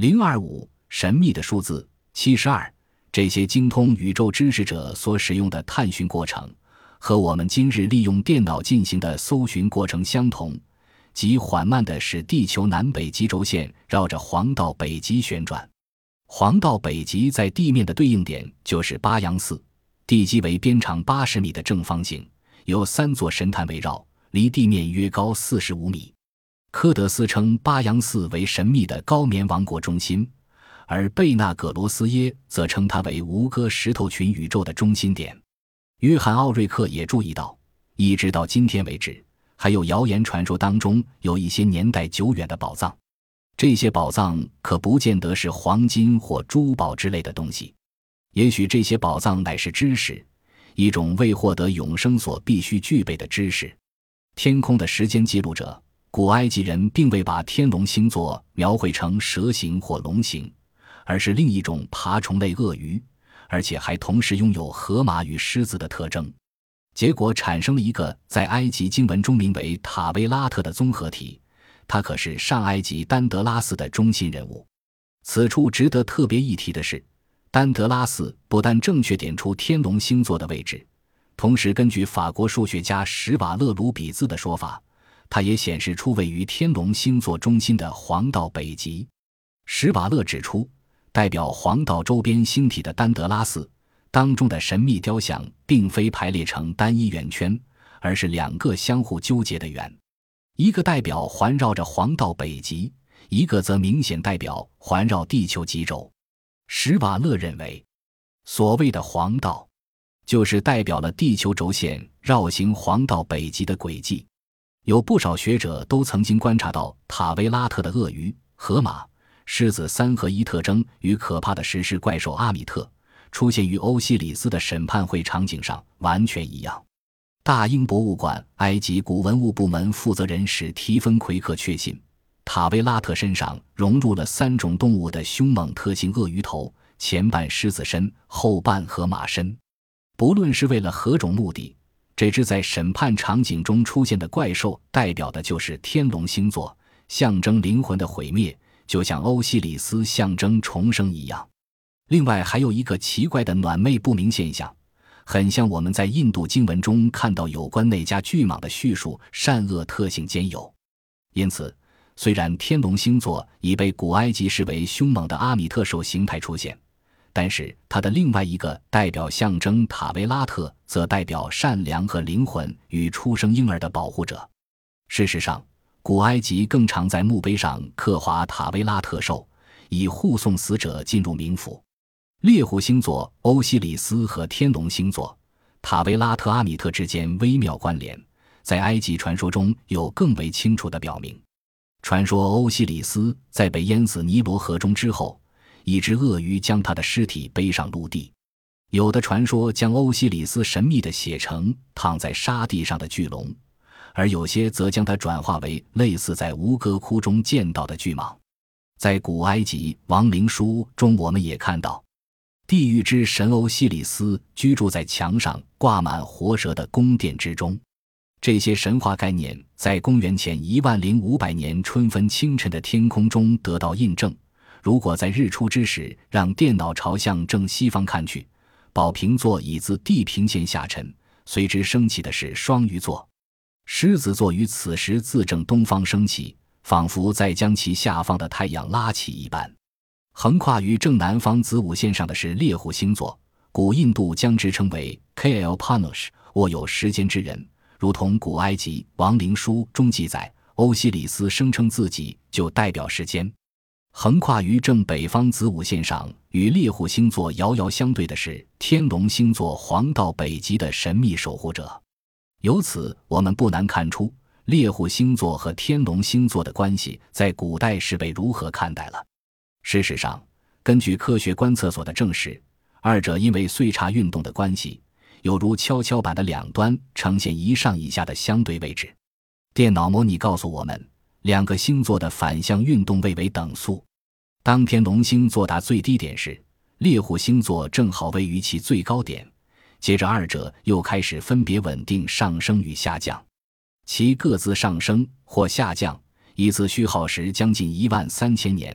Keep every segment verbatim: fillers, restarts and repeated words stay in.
零二五神秘的数字。七十二这些精通宇宙知识者所使用的探寻过程和我们今日利用电脑进行的搜寻过程相同，即缓慢地使地球南北极轴线绕着黄道北极旋转。黄道北极在地面的对应点就是巴扬寺，地基为边长八十米的正方形，由三座神坛围绕，离地面约高四十五米。科德斯称巴扬寺为神秘的高棉王国中心，而贝纳葛罗斯耶则称它为吴哥石头群宇宙的中心点。约翰奥瑞克也注意到，一直到今天为止，还有谣言传说当中有一些年代久远的宝藏，这些宝藏可不见得是黄金或珠宝之类的东西，也许这些宝藏乃是知识，一种为获得永生所必须具备的知识。天空的时间记录者，古埃及人并未把天龙星座描绘成蛇形或龙形，而是另一种爬虫类鳄鱼，而且还同时拥有河马与狮子的特征。结果产生了一个在埃及经文中名为塔维拉特的综合体，他可是上埃及丹德拉斯的中心人物。此处值得特别一提的是，丹德拉斯不但正确点出天龙星座的位置，同时根据法国数学家史瓦勒鲁比兹的说法，他也显示出位于天龙星座中心的黄道北极。史瓦勒指出，代表黄道周边星体的丹德拉斯当中的神秘雕像并非排列成单一圆圈，而是两个相互纠结的圆，一个代表环绕着黄道北极，一个则明显代表环绕地球极轴。史瓦勒认为，所谓的黄道就是代表了地球轴线绕行黄道北极的轨迹。有不少学者都曾经观察到塔维拉特的鳄鱼、河马、狮子三合一特征与可怕的石狮怪兽阿米特出现于欧西里斯的审判会场景上完全一样。大英博物馆埃及古文物部门负责人史提芬·奎克确信，塔维拉特身上融入了三种动物的凶猛特性：鳄鱼头、前半狮子身、后半河马身。不论是为了何种目的，这只在审判场景中出现的怪兽代表的就是天龙星座，象征灵魂的毁灭，就像欧西里斯象征重生一样。另外还有一个奇怪的暖昧不明现象，很像我们在印度经文中看到有关那家巨蟒的叙述，善恶特性兼有。因此，虽然天龙星座已被古埃及视为凶猛的阿米特兽形态出现，但是它的另外一个代表象征塔维拉特则代表善良和灵魂与出生婴儿的保护者。事实上，古埃及更常在墓碑上刻画塔维拉特兽，以护送死者进入冥府。猎户星座欧西里斯和天龙星座塔维拉特阿米特之间微妙关联，在埃及传说中有更为清楚的表明。传说欧西里斯在被淹死尼罗河中之后，一只鳄鱼将他的尸体背上陆地。有的传说将欧西里斯神秘地写成躺在沙地上的巨龙，而有些则将它转化为类似在吴哥窟中见到的巨蟒。在古埃及亡灵书中，我们也看到地狱之神欧西里斯居住在墙上挂满活蛇的宫殿之中。这些神话概念在公元前一万零五百年春分清晨的天空中得到印证。如果在日出之时让电脑朝向正西方看去，宝瓶座已自地平线下沉，随之升起的是双鱼座。狮子座于此时自正东方升起，仿佛在将其下方的太阳拉起一般。横跨于正南方子午线上的是猎户星座，古印度将之称为 K L Panush， 握有时间之人，如同古埃及亡灵书中记载，欧西里斯声称自己就代表时间。横跨于正北方子午线上与猎户星座遥遥相对的是天龙星座黄道北极的神秘守护者。由此我们不难看出，猎户星座和天龙星座的关系在古代是被如何看待了。事实上，根据科学观测所的证实，二者因为岁差运动的关系，有如跷跷板的两端呈现一上一下的相对位置。电脑模拟告诉我们，两个星座的反向运动位为等速。当天龙星座达最低点时，猎户星座正好位于其最高点，接着二者又开始分别稳定上升与下降。其各自上升或下降一次虚耗时将近一万三千年，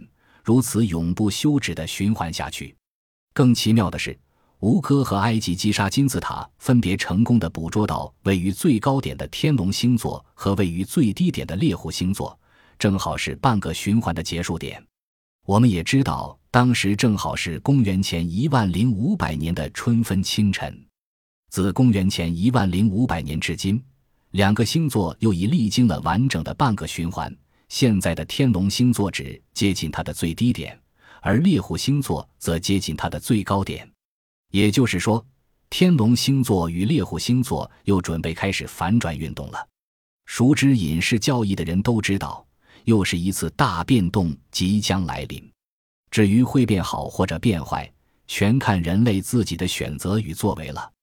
如此永不休止地循环下去。更奇妙的是，吴哥和埃及击杀金字塔分别成功地捕捉到位于最高点的天龙星座和位于最低点的猎户星座，正好是半个循环的结束点。我们也知道，当时正好是公元前一万零五百年的春分清晨。自公元前一万零五百年至今，两个星座又已历经了完整的半个循环。现在的天龙星座只接近它的最低点，而猎户星座则接近它的最高点。也就是说，天龙星座与猎户星座又准备开始反转运动了。熟知隐士教义的人都知道，又是一次大变动即将来临。至于会变好或者变坏，全看人类自己的选择与作为了。